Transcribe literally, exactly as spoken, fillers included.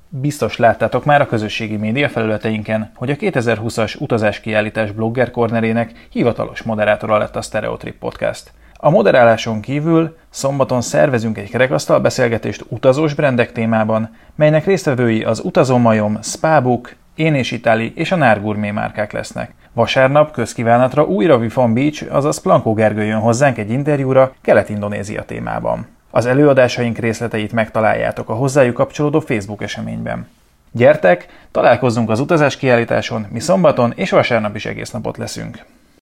Biztos láttátok már a közösségi média felületeinken, hogy a kétezer-húszas utazáskiállítás blogger cornerének hivatalos moderátora lett a Stereotrip Podcast. A moderáláson kívül szombaton szervezünk egy kerekasztal beszélgetést utazós brendek témában, melynek résztvevői az Utazómajom, Spabook, Én és Itáli és a Nár Gourmet márkák lesznek. Vasárnap közkívánatra újra Vifon Beach, azaz Plankó Gergő jön hozzánk egy interjúra Kelet-Indonézia témában. Az előadásaink részleteit megtaláljátok a hozzájuk kapcsolódó Facebook eseményben. Gyertek, találkozzunk az utazáskiállításon, mi szombaton és vasárnap is egész napot leszünk.